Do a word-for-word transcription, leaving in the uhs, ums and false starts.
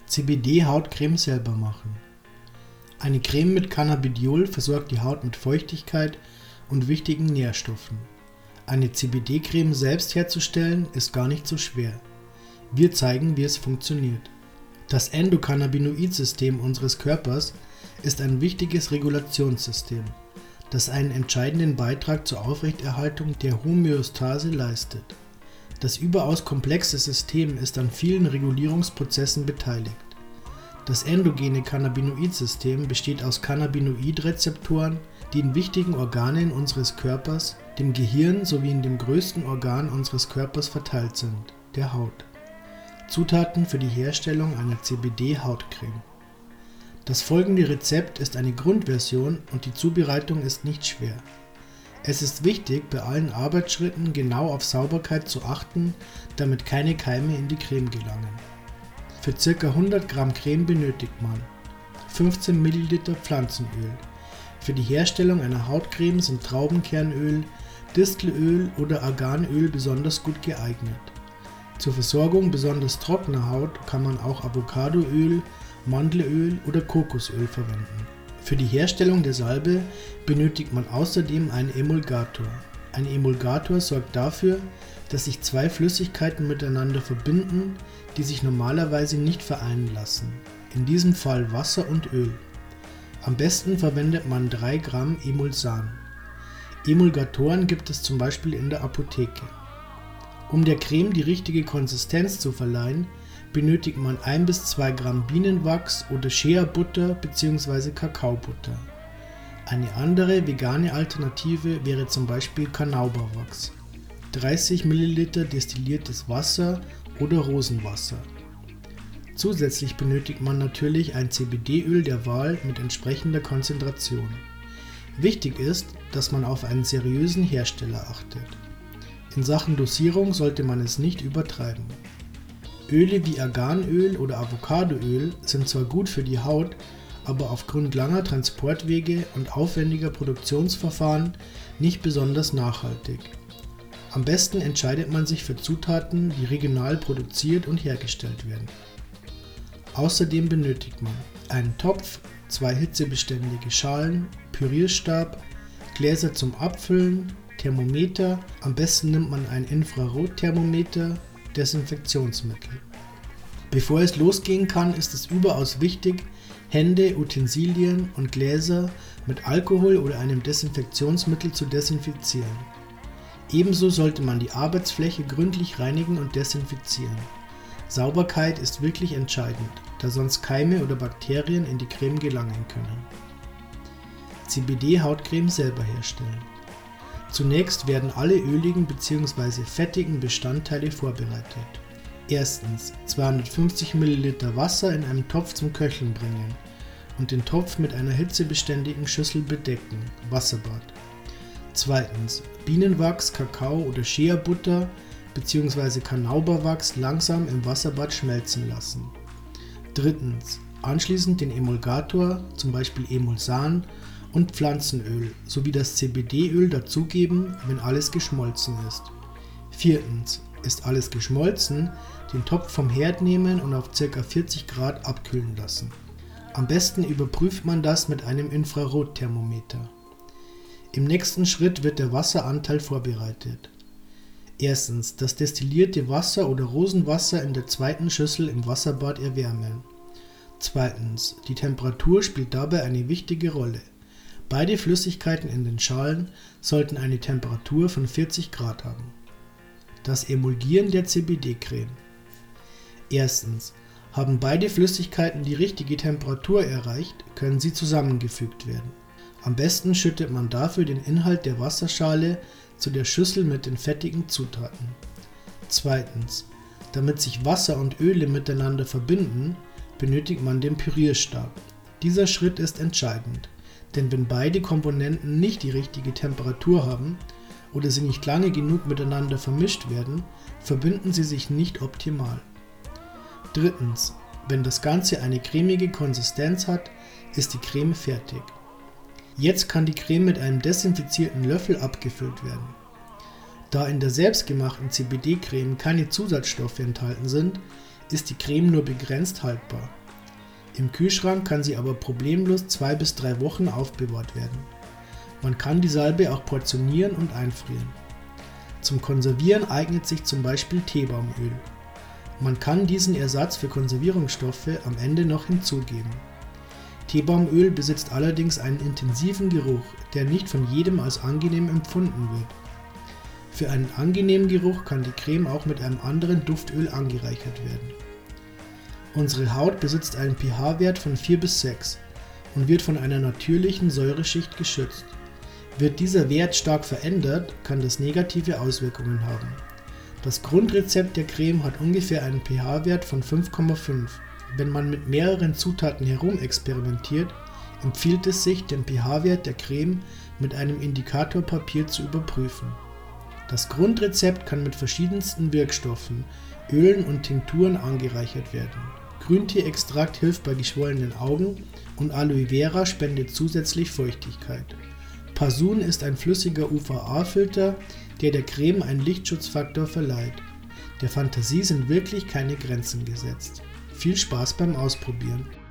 C B D-Hautcreme selber machen. Eine Creme mit Cannabidiol versorgt die Haut mit Feuchtigkeit und wichtigen Nährstoffen. Eine C B D-Creme selbst herzustellen ist gar nicht so schwer. Wir zeigen, wie es funktioniert. Das Endokannabinoid-System unseres Körpers ist ein wichtiges Regulationssystem, das einen entscheidenden Beitrag zur Aufrechterhaltung der Homöostase leistet. Das überaus komplexe System ist an vielen Regulierungsprozessen beteiligt. Das endogene Cannabinoid-System besteht aus Cannabinoid-Rezeptoren, die in wichtigen Organen unseres Körpers, dem Gehirn sowie in dem größten Organ unseres Körpers verteilt sind, der Haut. Zutaten für die Herstellung einer C B D-Hautcreme. Das folgende Rezept ist eine Grundversion und die Zubereitung ist nicht schwer. Es ist wichtig, bei allen Arbeitsschritten genau auf Sauberkeit zu achten, damit keine Keime in die Creme gelangen. Für ca. hundert Gramm Creme benötigt man fünfzehn Milliliter Pflanzenöl. Für die Herstellung einer Hautcreme sind Traubenkernöl, Distelöl oder Arganöl besonders gut geeignet. Zur Versorgung besonders trockener Haut kann man auch Avocadoöl, Mandelöl oder Kokosöl verwenden. Für die Herstellung der Salbe benötigt man außerdem einen Emulgator. Ein Emulgator sorgt dafür, dass sich zwei Flüssigkeiten miteinander verbinden, die sich normalerweise nicht vereinen lassen. In diesem Fall Wasser und Öl. Am besten verwendet man drei Gramm Emulsan. Emulgatoren gibt es zum Beispiel in der Apotheke. Um der Creme die richtige Konsistenz zu verleihen, benötigt man ein bis zwei Gramm Bienenwachs oder Shea-Butter bzw. Kakaobutter. Eine andere vegane Alternative wäre zum Beispiel Carnauba-Wachs, dreißig Milliliter destilliertes Wasser oder Rosenwasser. Zusätzlich benötigt man natürlich ein C B D-Öl der Wahl mit entsprechender Konzentration. Wichtig ist, dass man auf einen seriösen Hersteller achtet. In Sachen Dosierung sollte man es nicht übertreiben. Öle wie Arganöl oder Avocadoöl sind zwar gut für die Haut, aber aufgrund langer Transportwege und aufwendiger Produktionsverfahren nicht besonders nachhaltig. Am besten entscheidet man sich für Zutaten, die regional produziert und hergestellt werden. Außerdem benötigt man einen Topf, zwei hitzebeständige Schalen, Pürierstab, Gläser zum Abfüllen, Thermometer, am besten nimmt man ein Infrarotthermometer, Desinfektionsmittel. Bevor es losgehen kann, ist es überaus wichtig, Hände, Utensilien und Gläser mit Alkohol oder einem Desinfektionsmittel zu desinfizieren. Ebenso sollte man die Arbeitsfläche gründlich reinigen und desinfizieren. Sauberkeit ist wirklich entscheidend, da sonst Keime oder Bakterien in die Creme gelangen können. C B D-Hautcreme selber herstellen. Zunächst werden alle öligen bzw. fettigen Bestandteile vorbereitet. Erstens zweihundertfünfzig Milliliter Wasser in einem Topf zum Köcheln bringen und den Topf mit einer hitzebeständigen Schüssel bedecken, Wasserbad. Zweitens Bienenwachs, Kakao oder Shea-Butter bzw. Carnauba-Wachs langsam im Wasserbad schmelzen lassen. Drittens anschließend den Emulgator, zum Beispiel Emulsan, und Pflanzenöl sowie das C B D-Öl dazugeben, wenn alles geschmolzen ist. Viertens, ist alles geschmolzen, den Topf vom Herd nehmen und auf ca. vierzig Grad abkühlen lassen. Am besten überprüft man das mit einem Infrarotthermometer. Im nächsten Schritt wird der Wasseranteil vorbereitet. Erstens, das destillierte Wasser oder Rosenwasser in der zweiten Schüssel im Wasserbad erwärmen. Zweitens, die Temperatur spielt dabei eine wichtige Rolle. Beide Flüssigkeiten in den Schalen sollten eine Temperatur von vierzig Grad haben. Das Emulgieren der C B D-Creme. Erstens, haben beide Flüssigkeiten die richtige Temperatur erreicht, können sie zusammengefügt werden. Am besten schüttet man dafür den Inhalt der Wasserschale zu der Schüssel mit den fettigen Zutaten. Zweitens, damit sich Wasser und Öle miteinander verbinden, benötigt man den Pürierstab. Dieser Schritt ist entscheidend, denn wenn beide Komponenten nicht die richtige Temperatur haben oder sie nicht lange genug miteinander vermischt werden, verbinden sie sich nicht optimal. Drittens, wenn das Ganze eine cremige Konsistenz hat, ist die Creme fertig. Jetzt kann die Creme mit einem desinfizierten Löffel abgefüllt werden. Da in der selbstgemachten C B D-Creme keine Zusatzstoffe enthalten sind, ist die Creme nur begrenzt haltbar. Im Kühlschrank kann sie aber problemlos zwei bis drei Wochen aufbewahrt werden. Man kann die Salbe auch portionieren und einfrieren. Zum Konservieren eignet sich zum Beispiel Teebaumöl. Man kann diesen Ersatz für Konservierungsstoffe am Ende noch hinzugeben. Teebaumöl besitzt allerdings einen intensiven Geruch, der nicht von jedem als angenehm empfunden wird. Für einen angenehmen Geruch kann die Creme auch mit einem anderen Duftöl angereichert werden. Unsere Haut besitzt einen pH-Wert von vier bis sechs und wird von einer natürlichen Säureschicht geschützt. Wird dieser Wert stark verändert, kann das negative Auswirkungen haben. Das Grundrezept der Creme hat ungefähr einen pH-Wert von fünf Komma fünf. Wenn man mit mehreren Zutaten herumexperimentiert, empfiehlt es sich, den pH-Wert der Creme mit einem Indikatorpapier zu überprüfen. Das Grundrezept kann mit verschiedensten Wirkstoffen, Ölen und Tinkturen angereichert werden. Grünteeextrakt hilft bei geschwollenen Augen und Aloe Vera spendet zusätzlich Feuchtigkeit. Pasun ist ein flüssiger U V A-Filter, der der Creme einen Lichtschutzfaktor verleiht. Der Fantasie sind wirklich keine Grenzen gesetzt. Viel Spaß beim Ausprobieren!